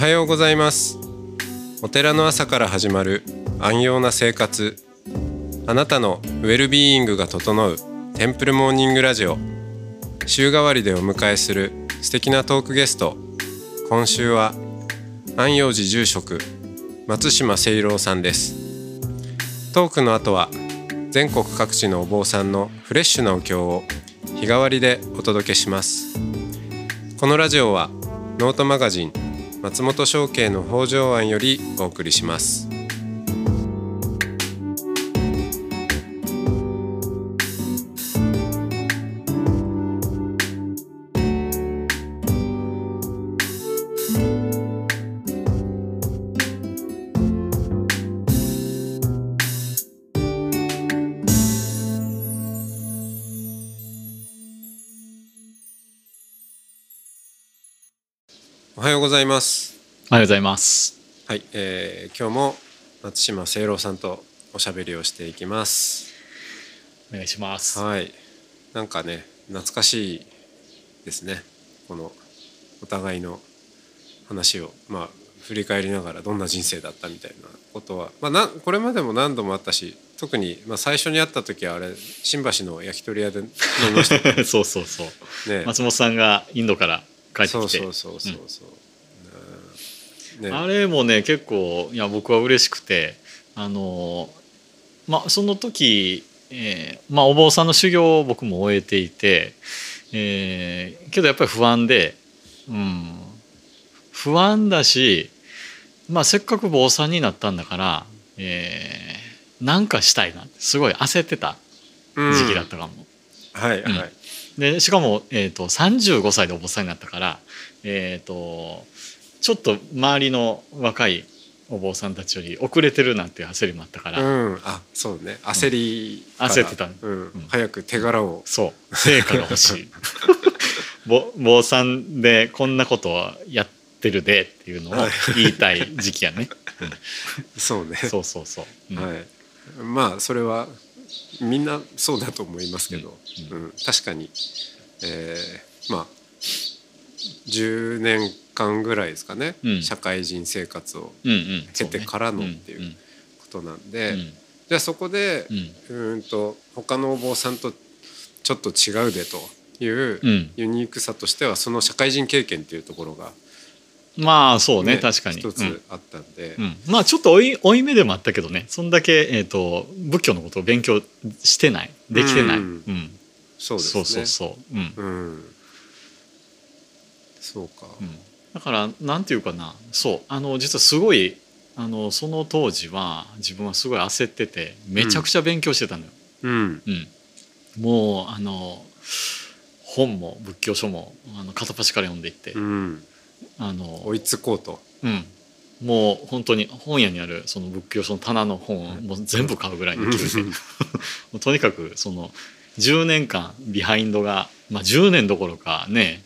はようございます。お寺の朝から始まる安養な生活、あなたのウェルビーイングが整うテンプルモーニングラジオ。週替わりでお迎えする素敵なトークゲスト。今週は安養寺住職松島清郎さんです。トークの後は全国各地のお坊さんのフレッシュなお経を日替わりでお届けします。このラジオはノートマガジン松本商家の北条庵よりお送りします。おはようございます。 おはようございます。 はい、今日も松島清郎さんとおしゃべりをしていきます。 お願いします。 はい、なんかね懐かしいですね。このお互いの話を振り返りながらどんな人生だったみたいなことは、これまでも何度もあったし、特に最初に会った時はあれ新橋の焼き鳥屋で飲みました、ね、 そう、ね、松本さんがインドから帰ってきて、ね、あれもね結構僕は嬉しくて、その時、お坊さんの修行を僕も終えていて、けどやっぱり不安で、不安だし、せっかく坊さんになったんだから、なんかしたいなってすごい焦ってた時期だったかも。でしかも、35歳でお坊さんになったから、ちょっと周りの若いお坊さんたちより遅れてるなんていう焦りもあったから、 そうね、焦ってた、 早く手柄を、 そう成果が欲しい坊さんでこんなことをやってるでっていうのを言いたい時期やねそうね、 そう、 それはみんなそうだと思いますけど、確かに、10年間ぐらいですかね、社会人生活を経てからのっていうことなんで、じゃあそこで、他のお坊さんとちょっと違うでというユニークさとしては、その社会人経験っていうところがそうね、確かに一つあったんで、 ちょっと負い目でもあったけどね、そんだけ、仏教のことを勉強してないできてない、 そうですね、そうか、 だからなんていうかな、実はすごいその当時は自分はすごい焦っててめちゃくちゃ勉強してたのよ、もう本も仏教書も片っ端から読んでいって、 追いつこうと、 もう本当に本屋にあるその仏教書の棚の本をもう全部買うぐらいの勢いでもうとにかくその10年間ビハインドが、10年どころかね、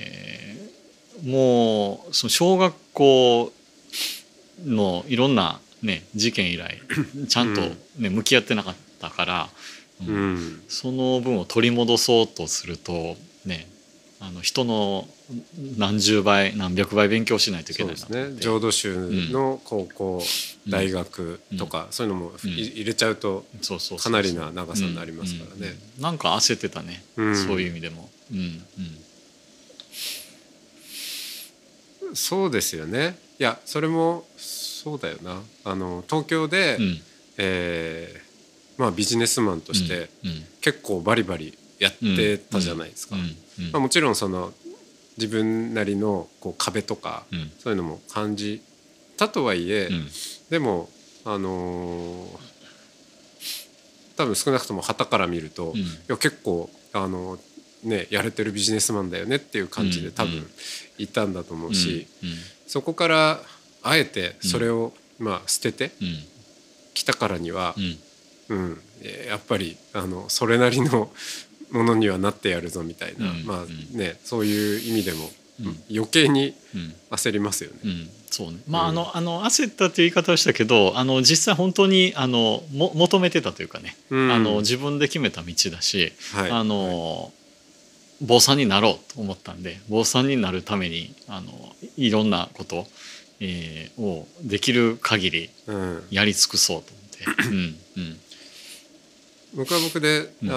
もうその小学校のいろんな、事件以来ちゃんと、向き合ってなかったから、その分を取り戻そうとするとね、人の何十倍何百倍勉強しないといけないなと思って、 浄土宗の高校、大学とか、そういうのも入れちゃうとかなりな長さになりますからね。 なんか焦ってたね、そういう意味でも。 そうですよね。いやそれもそうだよな。東京で、ビジネスマンとして結構バリバリやってたじゃないですか。もちろんその自分なりのこう壁とか、そういうのも感じたとはいえ、でも多分少なくとも傍から見ると、いや結構やれてるビジネスマンだよねっていう感じで多分いたんだと思うし、そこからあえてそれを捨ててきたからには、やっぱりそれなりのものにはなってやるぞみたいな、そういう意味でも余計に焦りますよね。 そうね、焦ったという言い方をしたけど実際本当に求めてたというかね、自分で決めた道だし、坊さんになろうと思ったんで、坊さんになるためにいろんなことをできる限りうんやり尽くそうと思って、うんうん、 僕は僕で、 うん、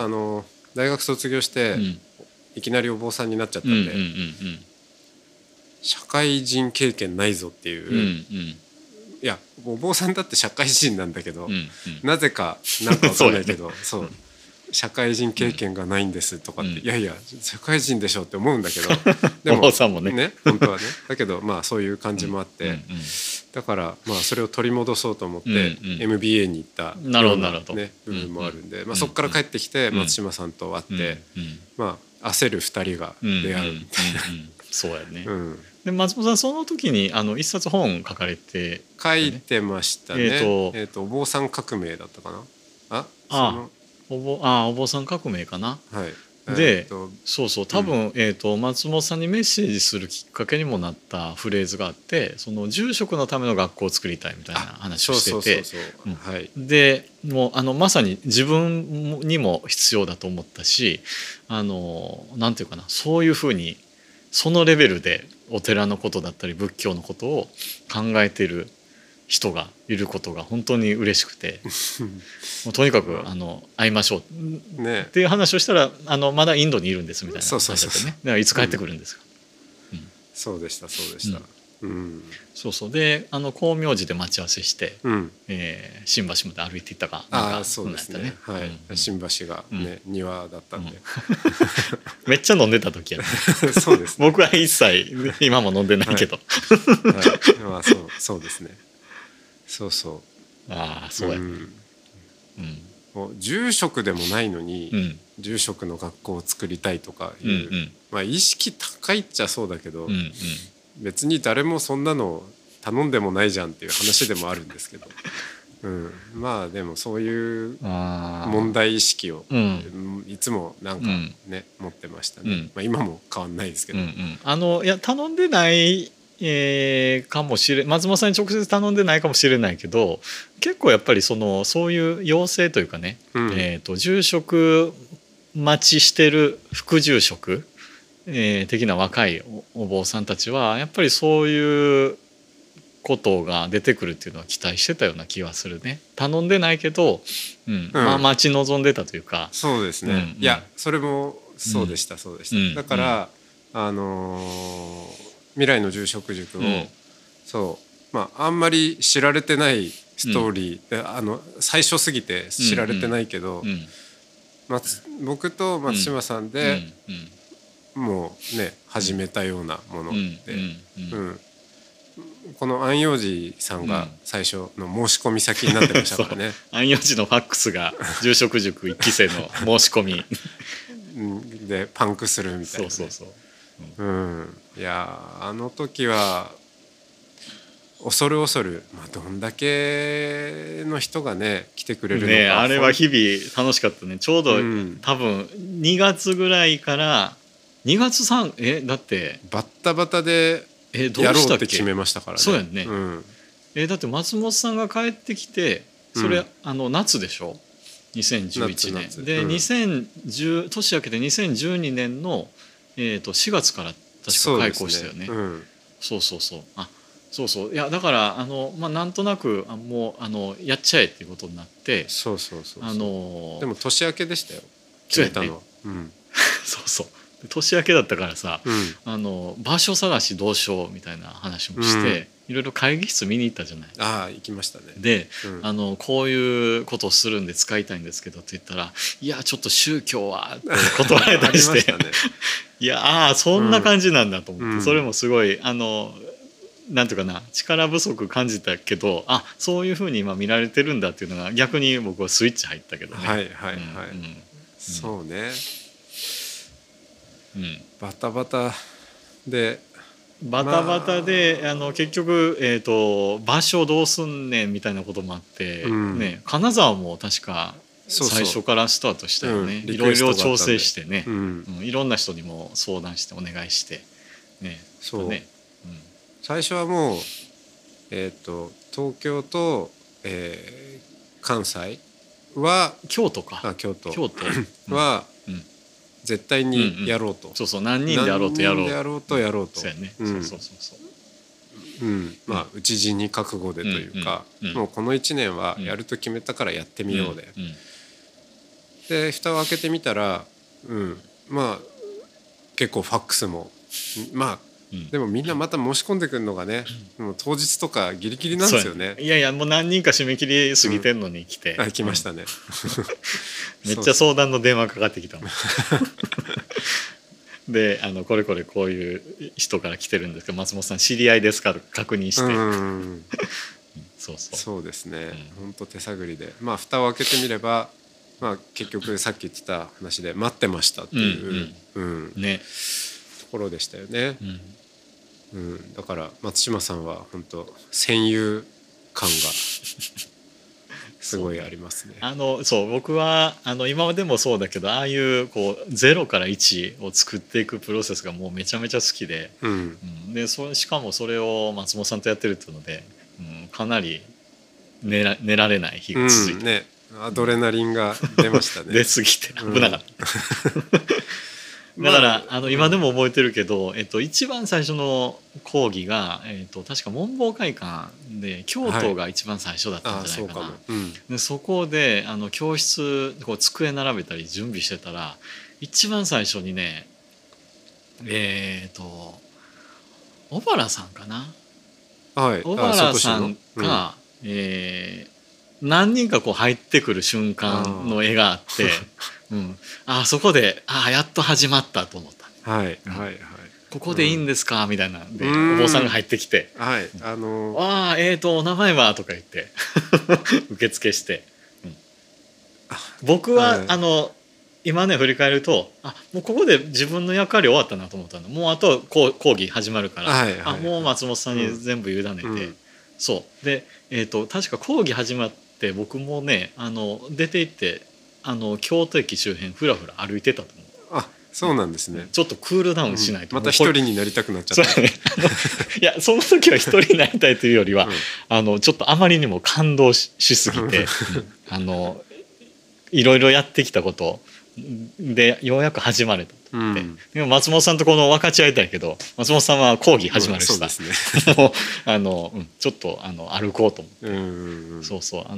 大学卒業して、 うん、 いきなりお坊さんになっちゃったうんうんんで、社会人経験ないぞっていう、 うんうんいやお坊さんだって社会人なんだけど、 うんうんなぜかなんかわかんないけどそう、 そう社会人経験がないんですとかって、 うんいやいや社会人でしょって思うんだけどでおも坊さんもね、 ね本当はねだけどまあそういう感じもあって、 うんうんだからまあそれを取り戻そうと思って、 うんうん、 MBA に行ったなるほような、 どなるほど、 ね、部分もあるんで、まあ、 うんうんそこから帰ってきてうん松島さんと会って、 うんうんまあ焦る2人が出会うみたいな。 うんうんうん、そうやね、 うん、 で松本さんその時に一冊本書かれて、 書いてましたね。お坊さん革命だったかな。 あお坊さん革命かな。 はい。 で、そうそう多分、松本さんにメッセージするきっかけにもなったフレーズがあって、その住職のための学校を作りたいみたいな話をしてて、でもうまさに自分にも必要だと思ったし、なんていうかな、そういうふうにそのレベルでお寺のことだったり仏教のことを考えている人がいることが本当に嬉しくてもうとにかく会いましょうっていう話をしたら、まだインドにいるんですみたいな話だったね。だからいつ帰ってくるんですか、 うん、そうでしたそうでした、うん、 そうそうで光明寺で待ち合わせして、新橋まで歩いていったかなんかそうですね、はい、新橋がね、庭だったんで、 めっちゃ飲んでた時やねそうですね、 僕は一切今も飲んでないけど、 はいまあそうですね、そうそう、 ああそうや、 もう住職でもないのに、住職の学校を作りたいとかいう、まあ意識高いっちゃそうだけど、別に誰もそんなの頼んでもないじゃんっていう話でもあるんですけど、まあでもそういう問題意識を、いつもなんかね、持ってましたね、まあ、今も変わんないですけど、 いや頼んでないかもしれ松本さんに直接頼んでないかもしれないけど、結構やっぱりそういう要請というかね、住職待ちしてる副住職、的な若いお坊さんたちはやっぱりそういうことが出てくるっていうのは期待してたような気がするね。頼んでないけど、まあ待ち望んでたというか。 そうですね、いやそれもそうでした、そうでした、だから、未来の住職塾を、そうまああんまり知られてないストーリー、最初すぎて知られてないけど、僕と松島さんで、もうね始めたようなもので、この安養寺さんが最初の申し込み先になってましたからね安養寺のファックスが住職塾1期生の申し込みでパンクするみたいな、ね、いやあの時は恐る恐る、まあ、どんだけの人がね来てくれるのか、 ね、あれは日々楽しかったね。ちょうど、多分2月ぐらいから2月3だってバッタバタでやろうって決めましたからね。 そうやんね、だって松本さんが帰ってきてそれ、夏でしょ2011年で、2010年明けて2012年の、4月から確か開校したよね。そうそうそう、そうそういやだからなんとなくもうやっちゃえっていうことになって、 そうでも年明けでしたよ決めたのは。 そうそう年明けだったからさ、場所探しどうしようみたいな話もして、いろいろ会議室見に行ったじゃない。 行きましたね。 で、こういうことをするんで使いたいんですけどって言ったら、いやちょっと宗教はって断られたりしていやそんな感じなんだと思って、それもすごいなんていうかな力不足感じたけど、そういうふうに今見られてるんだっていうのが逆に僕はスイッチ入ったけどね。 そうね。バタバタで結局、場所どうすんねんみたいなこともあって、金沢も確か最初からスタートしたよね。いろいろ調整してね、いろんな人にも相談してお願いしてね。 最初はもう、東京と、関西は京都は絶対にやろうと、 そうそう何人でやろうとやろうそうやね、 まあ討ち死に覚悟でというか、もうこの1年はやると決めたからやってみようで、で蓋を開けてみたら、まあ結構ファックスもまあでもみんなまた申し込んでくるのがね、もう当日とかギリギリなんですよね。 いやいやもう何人か締め切り過ぎてんのに来て、 来ましたねめっちゃ相談の電話かかってきたもんでこれこれこういう人から来てるんですけど松本さん知り合いですかと確認して、 そうですね、本当手探りで、まあ蓋を開けてみれば、まあ、結局さっき言ってた話で待ってましたっていう、ところでしたよね。だから松島さんは本当戦友感がすごいありますね。 そう僕は今までもそうだけどああいうこう0から1を作っていくプロセスがもうめちゃめちゃ好きで、でしかもそれを松本さんとやってるっていうので、かなり寝られない日が続いて、 アドレナリンが出ましたね出過ぎて危なかった、だから今でも覚えてるけど、一番最初の講義が、確か文房会館で京都が一番最初だったんじゃないかな。でそこで教室こう机並べたり準備してたら一番最初にね小原さんかな、小原さんが、何人かこう入ってくる瞬間の絵があってそこでやっと始まったと思った。ここでいいんですかみたいなんでお坊さんが入ってきて「お名前は?」とか言って受付して、僕は今ね振り返るともうここで自分の役割終わったなと思ったの。もうあと講義始まるからもう松本さんに全部委ねて、そうで確か講義始まって僕もね出て行って京都駅周辺ふらふら歩いてたと思う。 そうなんですね。 ちょっとクールダウンしないと、 また一人になりたくなっちゃった。 いやその時は一人になりたいというよりは、ちょっとあまりにも感動 しすぎていろいろやってきたことでようやく始まれたと思って、でも松本さんとこの分かち合いたいけど松本さんは講義始まるしさ、もうちょっと歩こうと思って、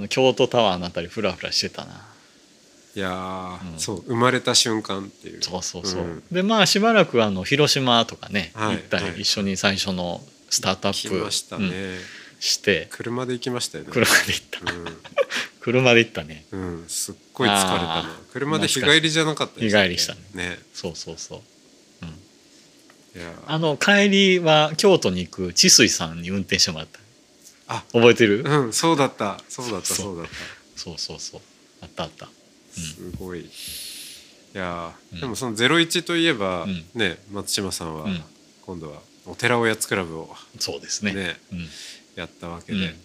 京都タワーのあたりフラフラしてたな。 いやそう生まれた瞬間っていう。 でまあしばらく広島とかね行ったり、一緒に最初のスタートアップして車で行きましたよね。 車で行った車で行ったね。 すっごい疲れたな。車で日帰りじゃなかったですね。日帰りしたね。帰りは京都に行く千水さんに運転してもらった。覚えてる？ そうだった。そうあったすごい。いやでもその01といえばね、松島さんは今度はお寺おやつクラブをそうですねやったわけで、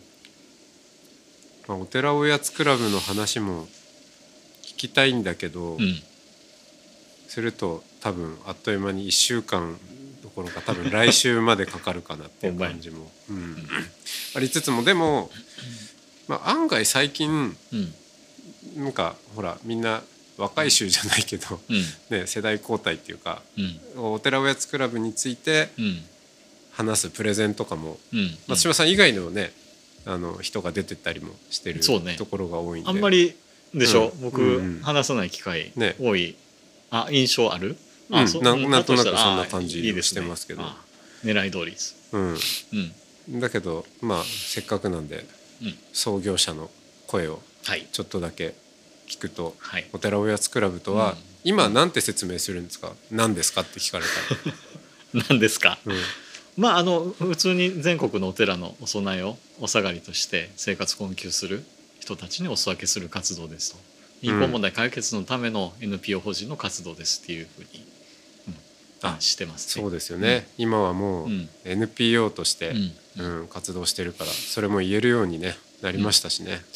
お寺おやつクラブの話も聞きたいんだけど、すると多分あっという間に1週間どころか多分来週までかかるかなっていう感じもありつつも、でも案外最近なんかほらみんな若い衆じゃないけど、世代交代っていうか、お寺おやつクラブについて話すプレゼンとかも、松島さん以外のね人が出てったりもしてるところが多いんで、 あんまりでしょ、僕話さない機会多い印象ある？ なんとなくそんな感じしてますけど、 狙い通りです。 だけどせっかくなんで創業者の声をちょっとだけ聞くと、お寺おやつクラブとは今なんて説明するんですか？何ですかって聞かれたら何ですか？普通に全国のお寺のお供えをお下がりとして生活困窮する人たちにお裾分けする活動ですと、貧困問題解決のための NPO 法人の活動ですっていうふうにしてますね。 そうですよね、今はもう NPO として活動してるからそれも言えるようにねなりましたしね。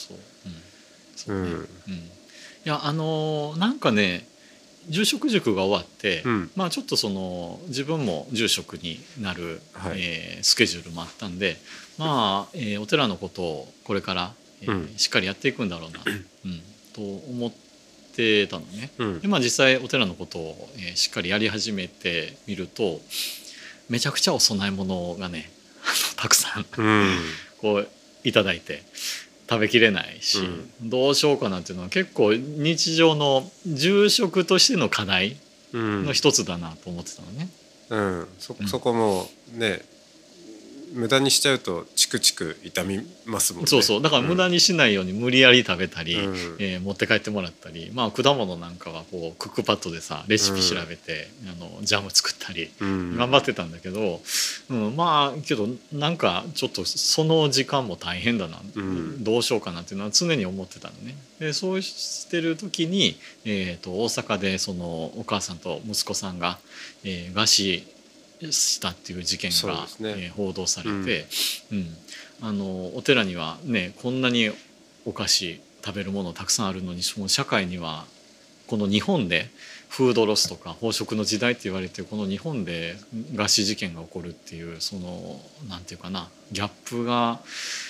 いやなんかね住職塾が終わって、ちょっと自分も住職になる、スケジュールもあったんでお寺のことをこれから、しっかりやっていくんだろうな、と思ってたのね。で実際お寺のことを、しっかりやり始めてみるとめちゃくちゃお供え物がねたくさんうんこういただいて食べきれないし、どうしようかなっていうのは結構日常の住職としての課題の一つだなと思ってたのね。 そこもね無駄にしちゃうとチクチク痛みますもんね。 そうだから無駄にしないように無理やり食べたり、持って帰ってもらったり、まあ果物なんかはこうクックパッドでさレシピ調べて、ジャム作ったり頑張ってたんだけど、まあけどなんかちょっとその時間も大変だな、どうしようかなっていうのは常に思ってたのね。でそうしてる時に、大阪でそのお母さんと息子さんが、餓死したっていう事件が、報道されて、お寺にはねこんなにお菓子食べるものたくさんあるのに、その社会にはこの日本でフードロスとか飽食の時代って言われてるこの日本で餓死事件が起こるっていう、そのなんていうかなギャップが、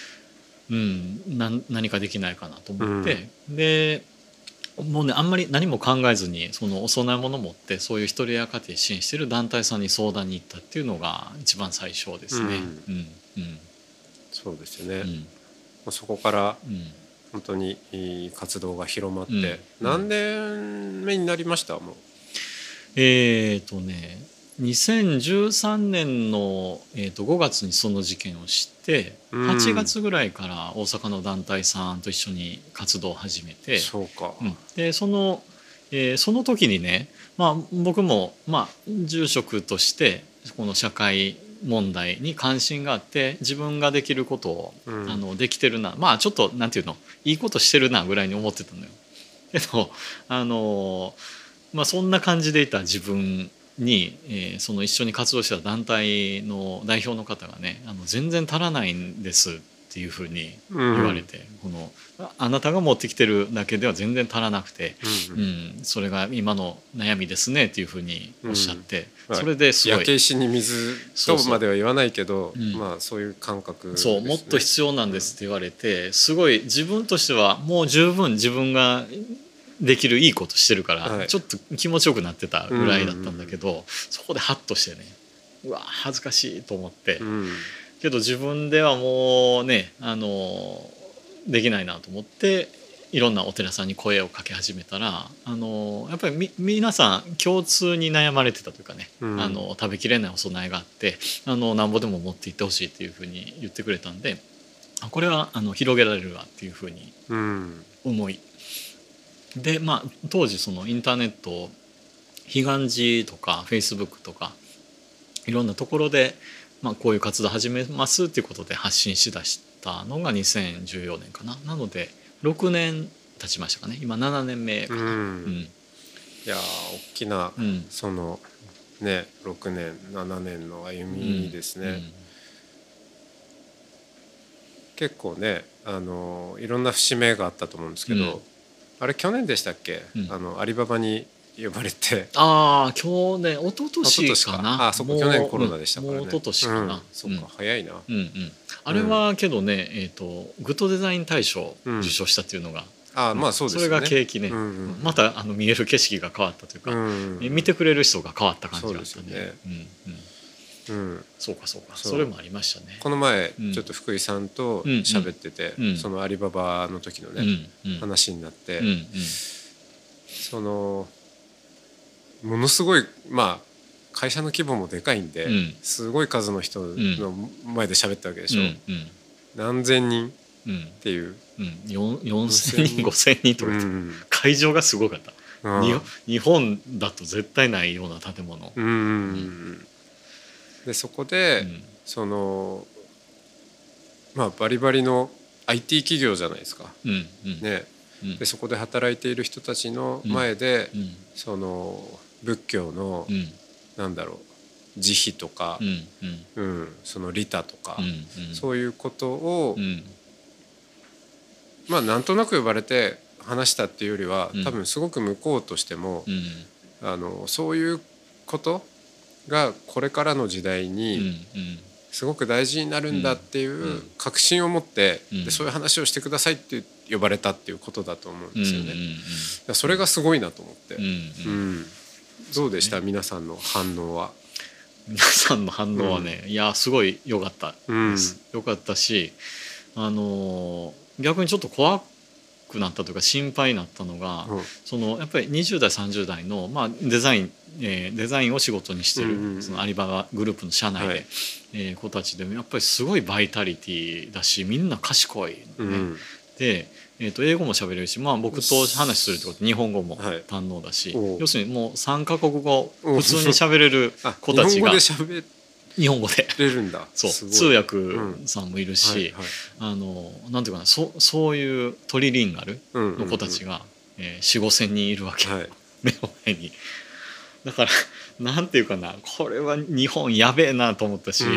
何かできないかなと思って、でもうねあんまり何も考えずにそのお供え物を持ってそういう一人親家庭支援してる団体さんに相談に行ったっていうのが一番最初ですね。 そうですよね。そこから本当に活動が広まって、何年目になりました？もう 2013年の、5月にその事件を知って8月ぐらいから大阪の団体さんと一緒に活動を始めて、 そうか、 でその時にね、僕も、住職としてこの社会問題に関心があって自分ができることを、できてるな、ちょっとなんていうのいいことしてるなぐらいに思ってたのよ。けどそんな感じでいた自分に、その一緒に活動した団体の代表の方がね全然足らないんですっていうふうに言われて、あなたが持ってきてるだけでは全然足らなくて、それが今の悩みですねっていうふうにおっしゃって、それですごい焼け石に水とまでは言わないけど、そういう感覚ですね。 もっと必要なんですって言われて、すごい自分としてはもう十分自分ができるいいことしてるから、ちょっと気持ちよくなってたぐらいだったんだけど、そこでハッとしてね、うわ恥ずかしいと思って、けど自分ではもうねできないなと思っていろんなお寺さんに声をかけ始めたら、やっぱり皆さん共通に悩まれてたというかね、食べきれないお供えがあってなんぼでも持って行ってほしいっていうふうに言ってくれたんで、これは広げられるわっていうふうに思い、で当時そのインターネット彼岸寺とかフェイスブックとかいろんなところで、こういう活動始めますっていうことで発信しだしたのが2014年かな。なので6年経ちましたかね。今7年目かな。いや大きな、そのね6年7年の歩みですね。結構ねいろんな節目があったと思うんですけど、あれ去年でしたっけ、アリババに呼ばれて、 去年一昨年かな。 そこ去年コロナでしたからね。 もう一昨年かな。 そっか早いな。 あれはけどねグッドデザイン大賞を受賞したっていうのが、 そうですね。 それが契機ね。また見える景色が変わったというか、見てくれる人が変わった感じがあったね。そうかそれもありましたね。 この前ちょっと福井さんと喋ってて、そのアリババの時のね話になって、そのものすごい会社の規模もでかいんで、すごい数の人の前で喋ったわけでしょ。何千人っていう、 4,000人5,000人とか、会場がすごかった。日本だと絶対ないような建物。 でそこで、そのバリバリの IT 企業じゃないですか。でそこで働いている人たちの前で、その仏教の、なんだろう慈悲とか、その利他とか、そういうことを、なんとなく呼ばれて話したっていうよりは、多分すごく向こうとしても、そういうことがこれからの時代にすごく大事になるんだっていう確信を持って、でそういう話をしてくださいって呼ばれたっていうことだと思うんですよね。それがすごいなと思って。どうでした皆さんの反応は。 皆さんの反応はね、いやすごい良かったです、良かったし、逆にちょっと怖くなったというか心配になったのが、そのやっぱり20代30代の、まあ、デザインを仕事にしてる、そのアリババグループの社内で、子たちでもやっぱりすごいバイタリティだし、みんな賢いのね、で、英語も喋れるし、まあ、僕と話するってこと日本語も堪能だし、要するにもう3カ国語普通に喋れる子たちが日本語でれるんだ。 そう通訳さんもいるし、なんていうかな、そういうトリリンガルの子たちが4、5千人いるわけ、目の前に。だからなんていうかな、これは日本やべえなと思ったし、ち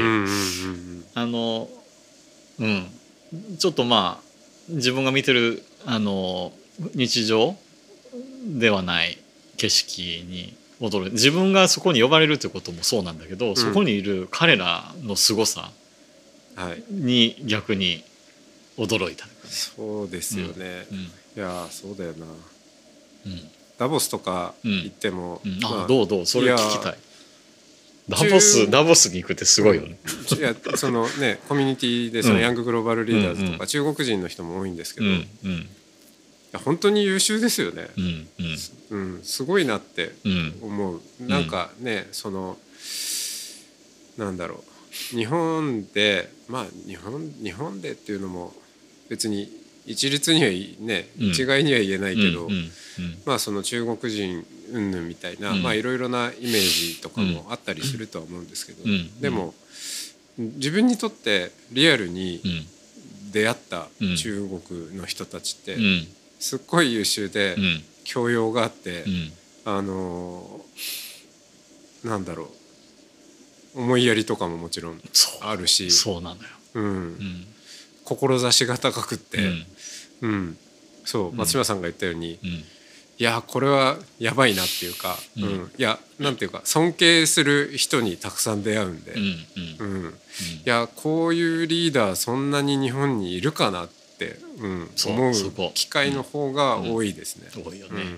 ょっとまあ自分が見てる日常ではない景色に驚いて、自分がそこに呼ばれるということもそうなんだけど、そこにいる彼らの凄さに逆に驚いた。 そうですよね、いやそうだよな、ダボスとか行っても、 どうそれ聞きたい。ダボスに行くってすごいよね。 いやそのねコミュニティでそのヤンググローバルリーダーズとか中国人の人も多いんですけど、本当に優秀ですよね、すごいなって思う、なんかね、そのなんだろう、日本でまあ日本でっていうのも別に一律にはね一概には言えないけど、まあその中国人云々みたいな、まあいろいろなイメージとかもあったりするとは思うんですけど、でも自分にとってリアルに出会った中国の人たちってすっごい優秀で教養があって、なんだろう、思いやりとかももちろんあるし、 そうなのよ、 志が高くって、そう松島さんが言ったように、いやこれはやばいなっていうか、いやなんていうか尊敬する人にたくさん出会うんで、いやこういうリーダーそんなに日本にいるかなって、思う機会の方が多いですね。 多いよね。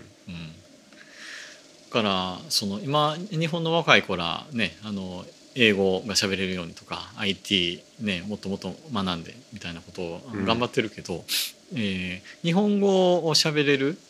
だからその今日本の若い子らね、英語が喋れるようにとか IT ねもっともっと学んでみたいなことを頑張ってるけど、日本語を喋れる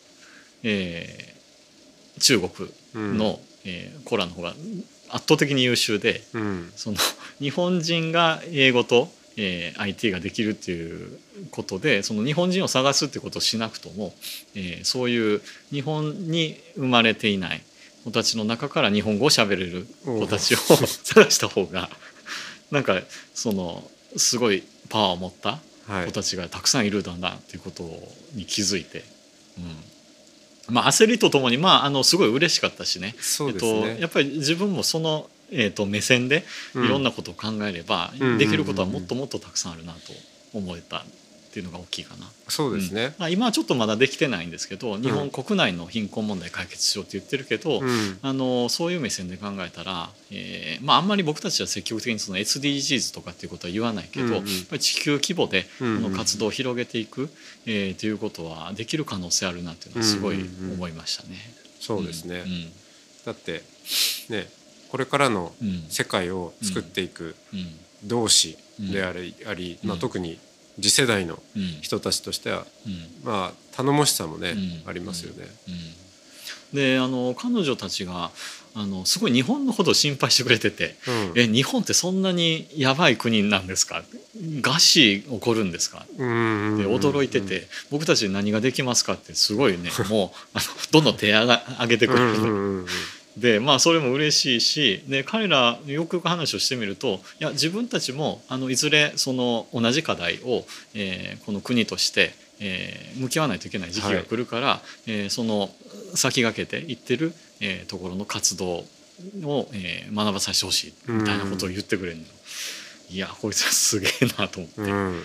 中国の、子らの方が圧倒的に優秀で、その日本人が英語と、IT ができるっていうことで、その日本人を探すってことをしなくとも、そういう日本に生まれていない子たちの中から日本語を喋れる子たちを探した方がなんかそのすごいパワーを持った子たちがたくさんいるんだなっていうことに気づいて。まあ、焦りとともに、すごい嬉しかったしね。 そうですね。 やっぱり自分もその、目線でいろんなことを考えれば、できることはもっともっとたくさんあるなと思えたっていうのが大きいかな。 そうですね、 今はちょっとまだできてないんですけど、日本国内の貧困問題解決しようって言ってるけど、そういう目線で考えたら、あんまり僕たちは積極的にその SDGs とかっていうことは言わないけど、やっぱり地球規模でこの活動を広げていくということはできる可能性あるなっていうのはすごい思いましたね。 そうですね、だってねこれからの世界を作っていく同志であり、特に次世代の人たちとしては、頼もしさもね、ありますよね。 で彼女たちがすごい日本のことを心配してくれてて、日本ってそんなにやばい国なんですか、餓死起こるんですかって驚いてて、僕たち何ができますかってすごいねもうどんどん手挙げてくれる。でそれも嬉しいし、で彼らよくよく話をしてみると、いや自分たちもいずれその同じ課題を、この国として、向き合わないといけない時期が来るから、その先駆けていってる、ところの活動を、学ばさせてほしいみたいなことを言ってくれるの。いやこいつはすげえなと思って、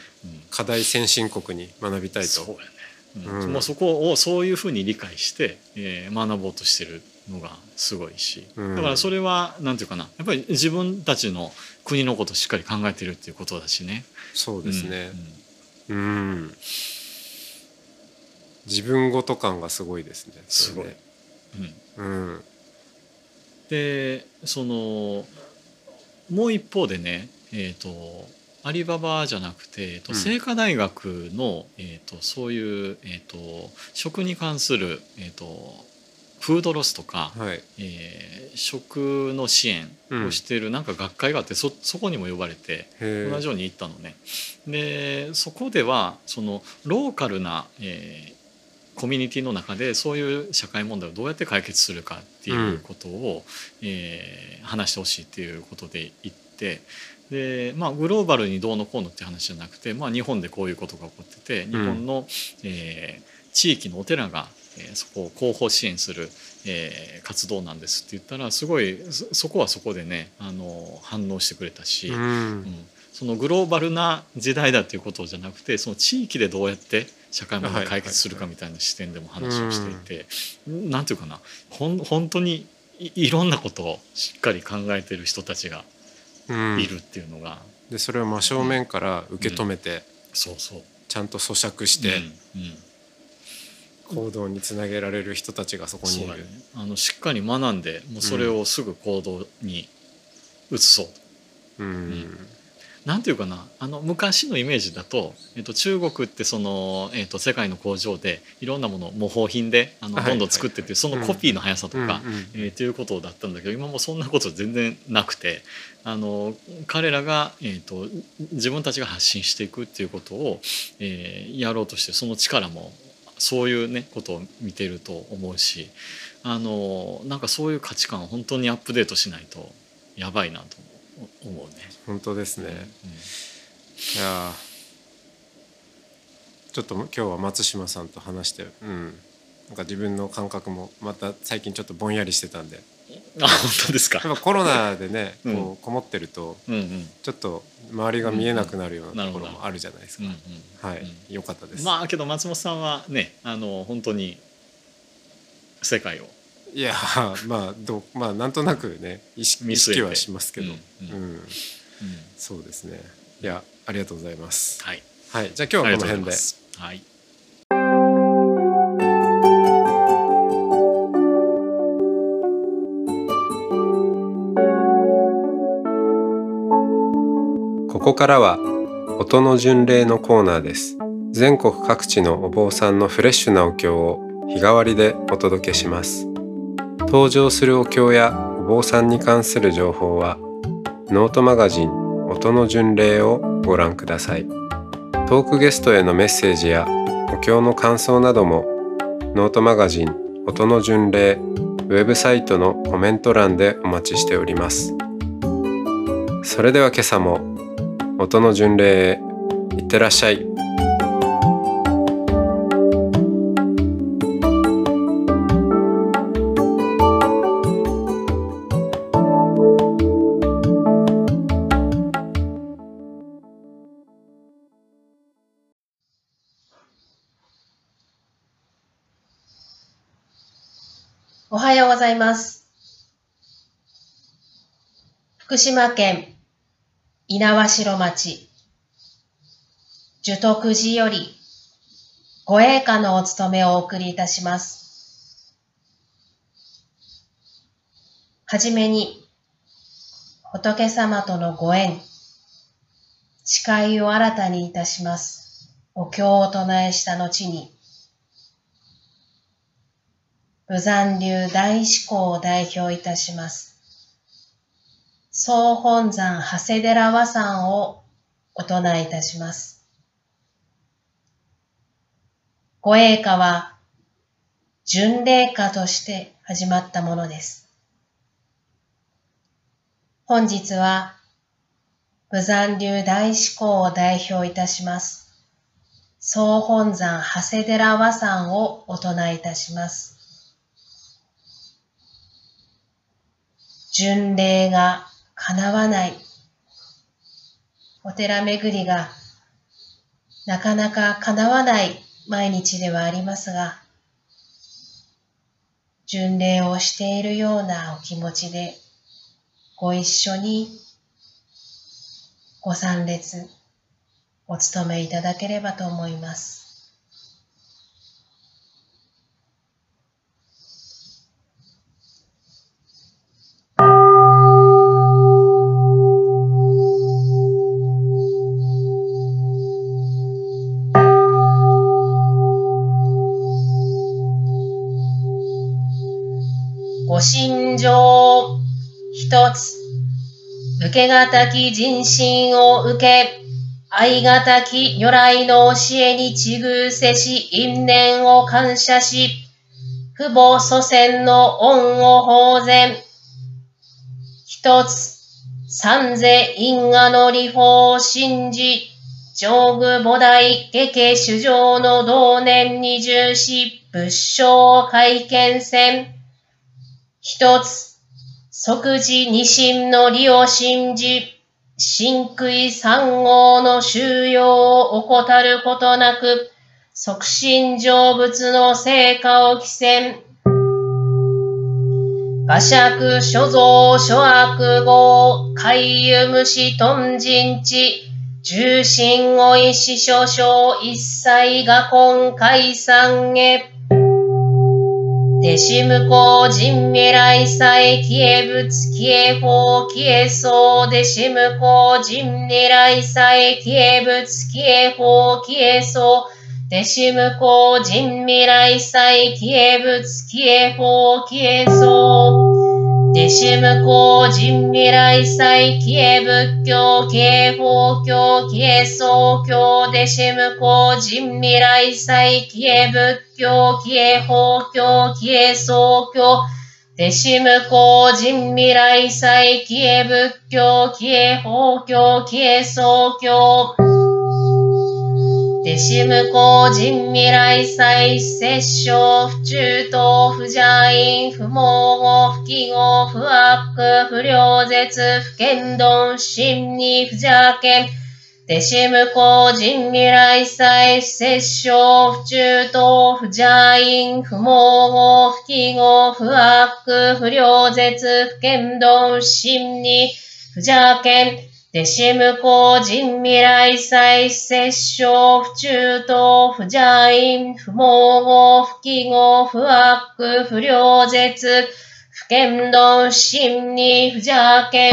課題先進国に学びたいと。 そうやね、もうそこをそういうふうに理解して、学ぼうとしてるのがすごいし、だからそれはなんていうかな、やっぱり自分たちの国のことをしっかり考えてるっていうことだしね。 そうですね、自分ごと感がすごいですね。 すごい。でそのもう一方でね、アリババじゃなくて、清華大学の、そういう、食に関する、フードロスとか、 はい、 食の支援をしているなんか学会があって、そこにも呼ばれて同じように行ったのね。でそこではそのローカルな、コミュニティの中でそういう社会問題をどうやって解決するかっていうことを、話してほしいっていうことで言って。でグローバルにどうのこうのって話じゃなくて、日本でこういうことが起こってて、日本の、地域のお寺が、そこを後方支援する、活動なんですって言ったら、すごいそこはそこでね反応してくれたし、そのグローバルな時代だっていうことじゃなくて、その地域でどうやって社会問題解決するかみたいな視点でも話をしていて、なんていうかな、本当にいろんなことをしっかり考えてる人たちがいるっていうのが、 でそれを真正面から受け止めて、 そうそうちゃんと咀嚼して、行動につなげられる人たちがそこにいる。 しっかり学んで、もうそれをすぐ行動に移そうと。なんていうかな、昔のイメージだと、中国ってその、世界の工場でいろんなものを模倣品でどんどん作ってっていう、そのコピーの速さとかっていうことだったんだけど、今もそんなこと全然なくて、彼らが、自分たちが発信していくっていうことを、やろうとして、その力もそういうねことを見てると思うし、なんかそういう価値観を本当にアップデートしないとやばいなと思うね。 本当ですね。いやちょっと今日は松島さんと話して、なんか自分の感覚もまた最近ちょっとぼんやりしてたんで。 本当ですか。 やっぱコロナでね、こうこもってると、ちょっと周りが見えなくなるようなところもあるじゃないですか。はい、良かったです。 けど松本さんはね、本当に世界を、 いやなんとなくね意識はしますけど、そうですね。いや、ありがとうございます。はい、じゃあ今日はこの辺で。はい。ここからは音の巡礼のコーナーです。全国各地のお坊さんのフレッシュなお経を日替わりでお届けします。登場するお経やお坊さんに関する情報はノートマガジン音の巡礼をご覧ください。トークゲストへのメッセージやお経の感想などもノートマガジン音の巡礼ウェブサイトのコメント欄でお待ちしております。それでは今朝も音の巡礼へいってらっしゃい。 おはようございます。福島県猪苗代町寿徳寺よりご栄華のお務めをお送りいたします。はじめに仏様とのご縁、誓いを新たにいたします。お経をお唱えした後に武山流大志向を代表いたします。総本山長谷寺和山をお唱えいたします。ご栄華は巡礼歌として始まったものです。本日は武山流大志向を代表いたします総本山長谷寺和山をお唱えいたします。巡礼が叶わないお寺巡りがなかなか叶わない毎日ではありますが、巡礼をしているようなお気持ちでご一緒にご参列お務めいただければと思います。 ご心情一つ、受けがたき人心を受け、愛がたき如来の教えにちぐせし因縁を感謝し、父母祖先の恩を奉全。一つ、三世因果の理法を信じ、上具菩提下家主上の同年に重視、仏性を会見せん。一つ、即時二心の理を信じ、真悔三号の修養を怠ることなく、即心成仏の成果を期せん。画釈所蔵諸悪号、海遊無視頓人地、重心を意思諸々一切が根解散へ。弟子無功人未来祭消え仏消え法消え相。弟子無功人未来祭消え仏消え法消え相。弟子無功人未来祭消え仏消え法消え相。弟子無功人未来祭消え仏教消え法教消え相教。弟子無功人未来祭消え仏教消え法教消え相教。弟子無功人未来祭消え仏教消え法教消え相教。弟子無功人未来祭摂生不中等不邪因不毛語不記号不悪不良絶不剣鈍心に不邪見。弟子無功人未来祭摂生不中等不邪因不毛語不記号不悪不良絶不剣鈍心に不邪見。弟子無功人未来祭摂生不中等不邪因不毛語不記号不悪不良絶不剣鈍心に不邪見。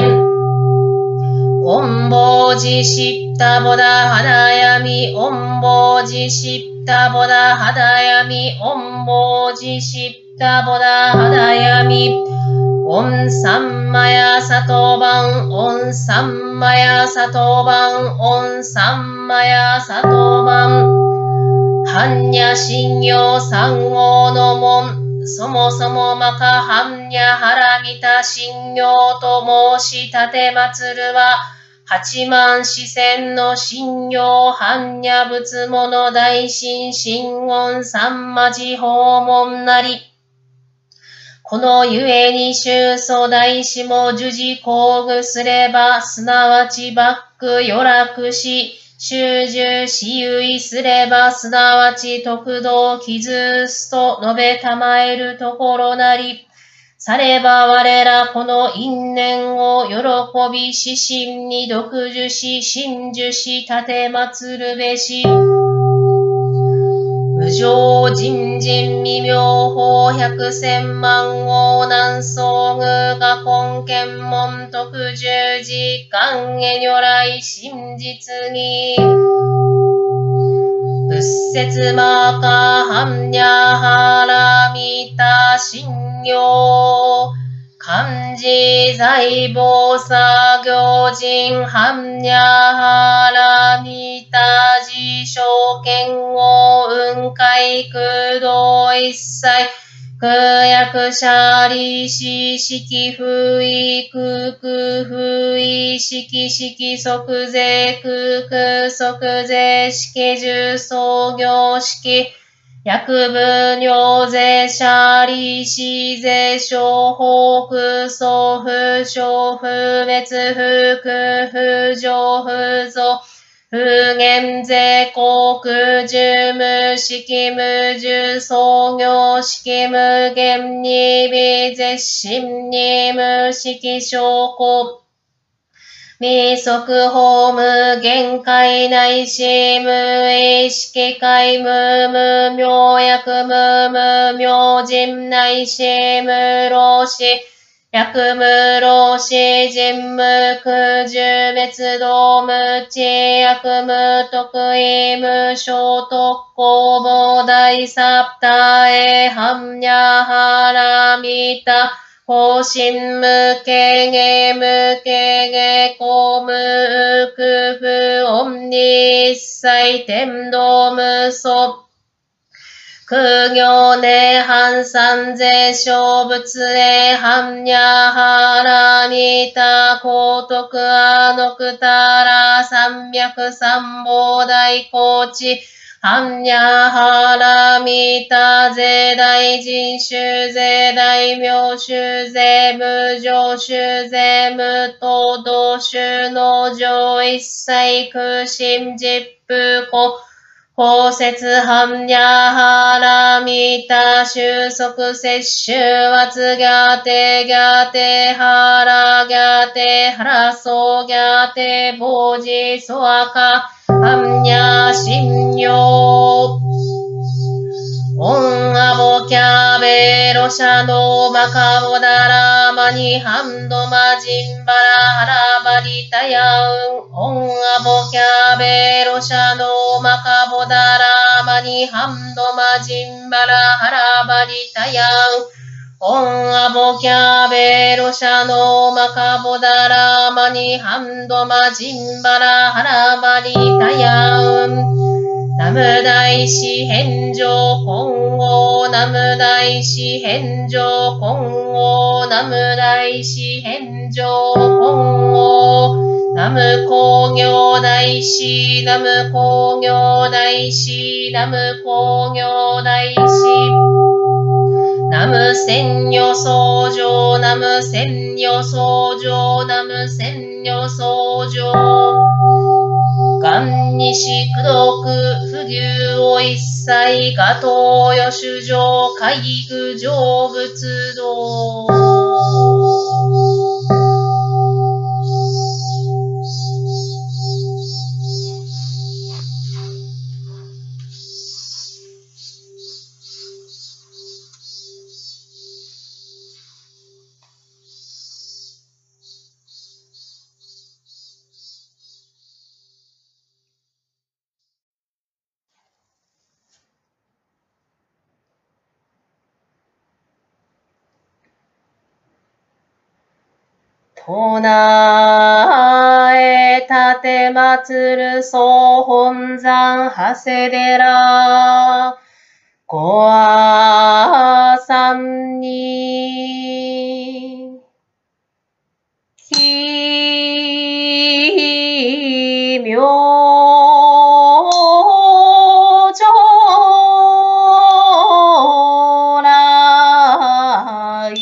御坊寺シッタボダ肌闇御坊寺シッタボダ肌闇御坊寺シッタボダ肌闇。オンサンマヤサトバン、オンサンマヤサトバン、オンサンマヤサトバン。般若心経三号の門、そもそもマカ般若ハラミタ心経と申し立て祭るは、八万四千の心経般若仏物大心真言三魔寺訪問なり。このゆえに宗祖大師も受持抗具すれば、すなわちバック余楽し、修従しゆいすれば、すなわち徳道傷すと述べたまえるところなり。されば我らこの因縁を喜び死心に独受し、真受し、立て祭るべし。無常人人未妙法百千万王南総具が根検門特十字願へ如来真実に。仏説マーカー般若ハラミタ信用。漢字財宝作業人般若ハラミタ自証剣を雲海空洞一切空薬者利子式不意空空不意式式即税空空即税式重創業式薬分尿税者利子税小法空相不小不別不空不上不増不減税航空重無式無重創業式無限に微絶心に無式証拠未速法無限界内し無意識界無無明薬無無明人内し無老死薬無老死人無空重滅道無知薬無得意無小特攻膨大サプタエ般若ハラミタ方針無形芸無形芸公無空不音に一切天道無素空行涅槃三世小仏涅槃ニャハラミタ高徳アノクタラ三脈三宝大高知般若波羅蜜多税大人衆税大名衆税無常衆税無東道衆の上一切空心実風公法説般若波羅蜜多収束摂取圧ギャテギャテハラギャテハラソギャテボジソアカ般若心経オンアボキャベロシャドマカボダラマニハンドマジンバラハラバリタヤウンオンアボキャベロシャドマカボダラマニハンドマジンバラハラバリタヤウンオンアボキャベロシャドマカボダラマニハンドマジンバラハラバリタヤウンナム大師返上今後ナム大師返上今後ナム大師返上今後ナム工業大師ナム工業大師ナム工業大師ナム千女僧正ナム千女僧正ナム千女僧正願西功徳不牛を一切が東予主上海具成仏道唱えたてまつる総本山長谷寺ごあさんに奇妙上来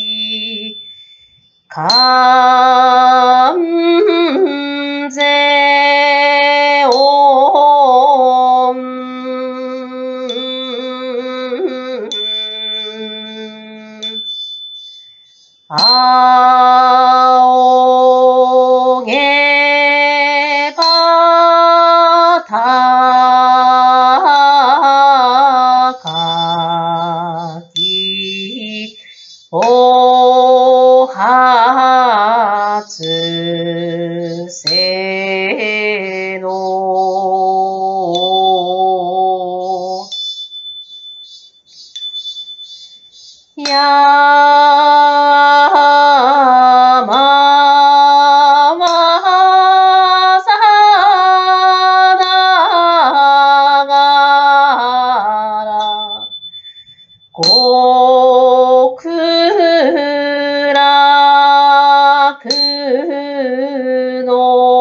関税音仰げば高きお初世の山はさながら極楽の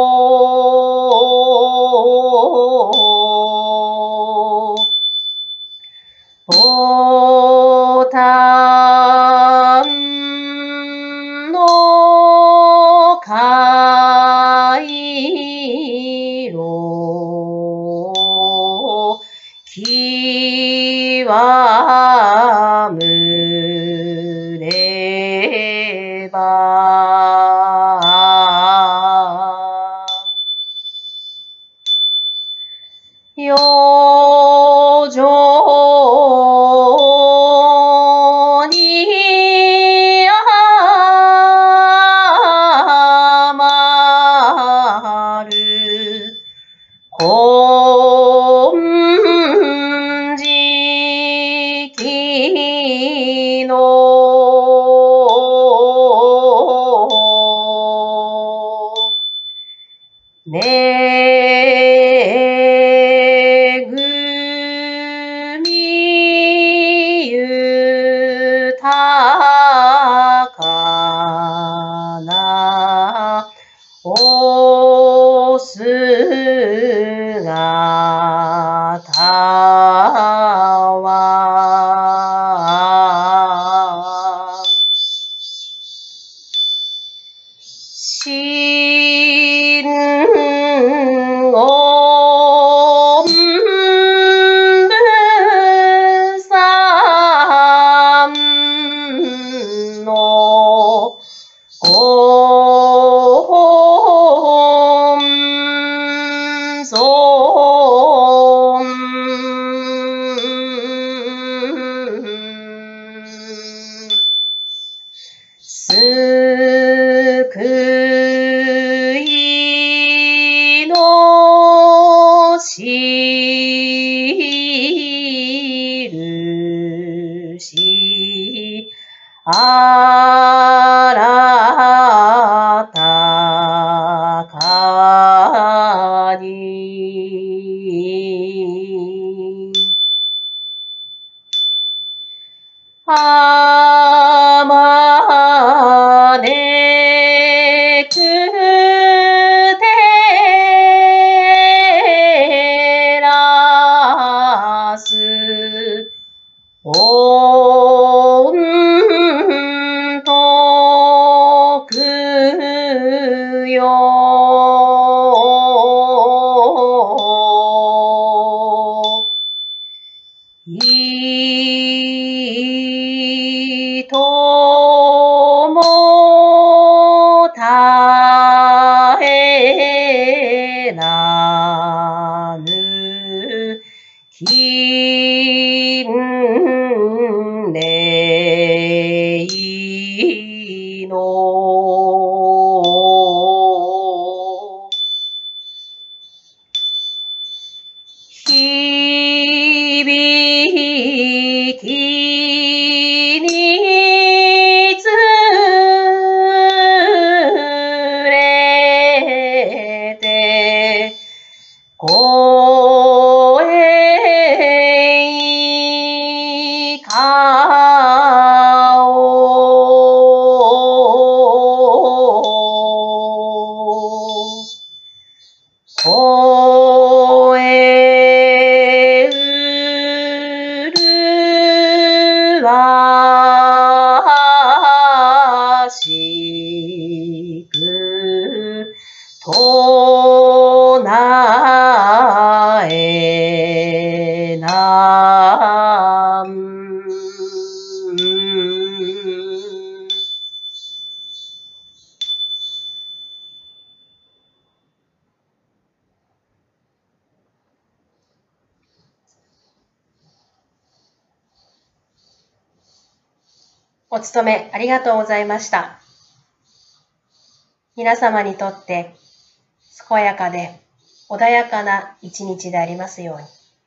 ボタンの回路極むれば洋上にりあらたかにあまねくてらすおんとくよいともたえらぬ金霊の響きにつれて声かお声うるわしく唱えなんお務めありがとうございました。皆様にとって健やかで穏やかな一日でありますように。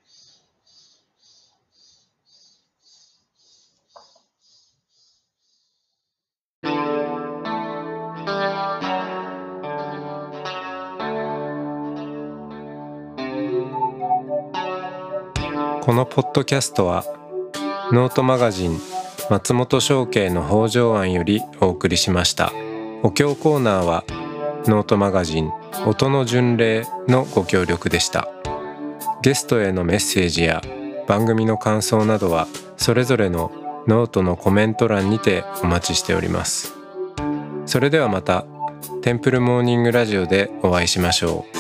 このポッドキャストはノートマガジン松本商家の北条庵よりお送りしました。お経コーナーはノートマガジン音の巡礼のご協力でした。ゲストへのメッセージや番組の感想などはそれぞれのノートのコメント欄にてお待ちしております。それではまたテンプルモーニングラジオでお会いしましょう。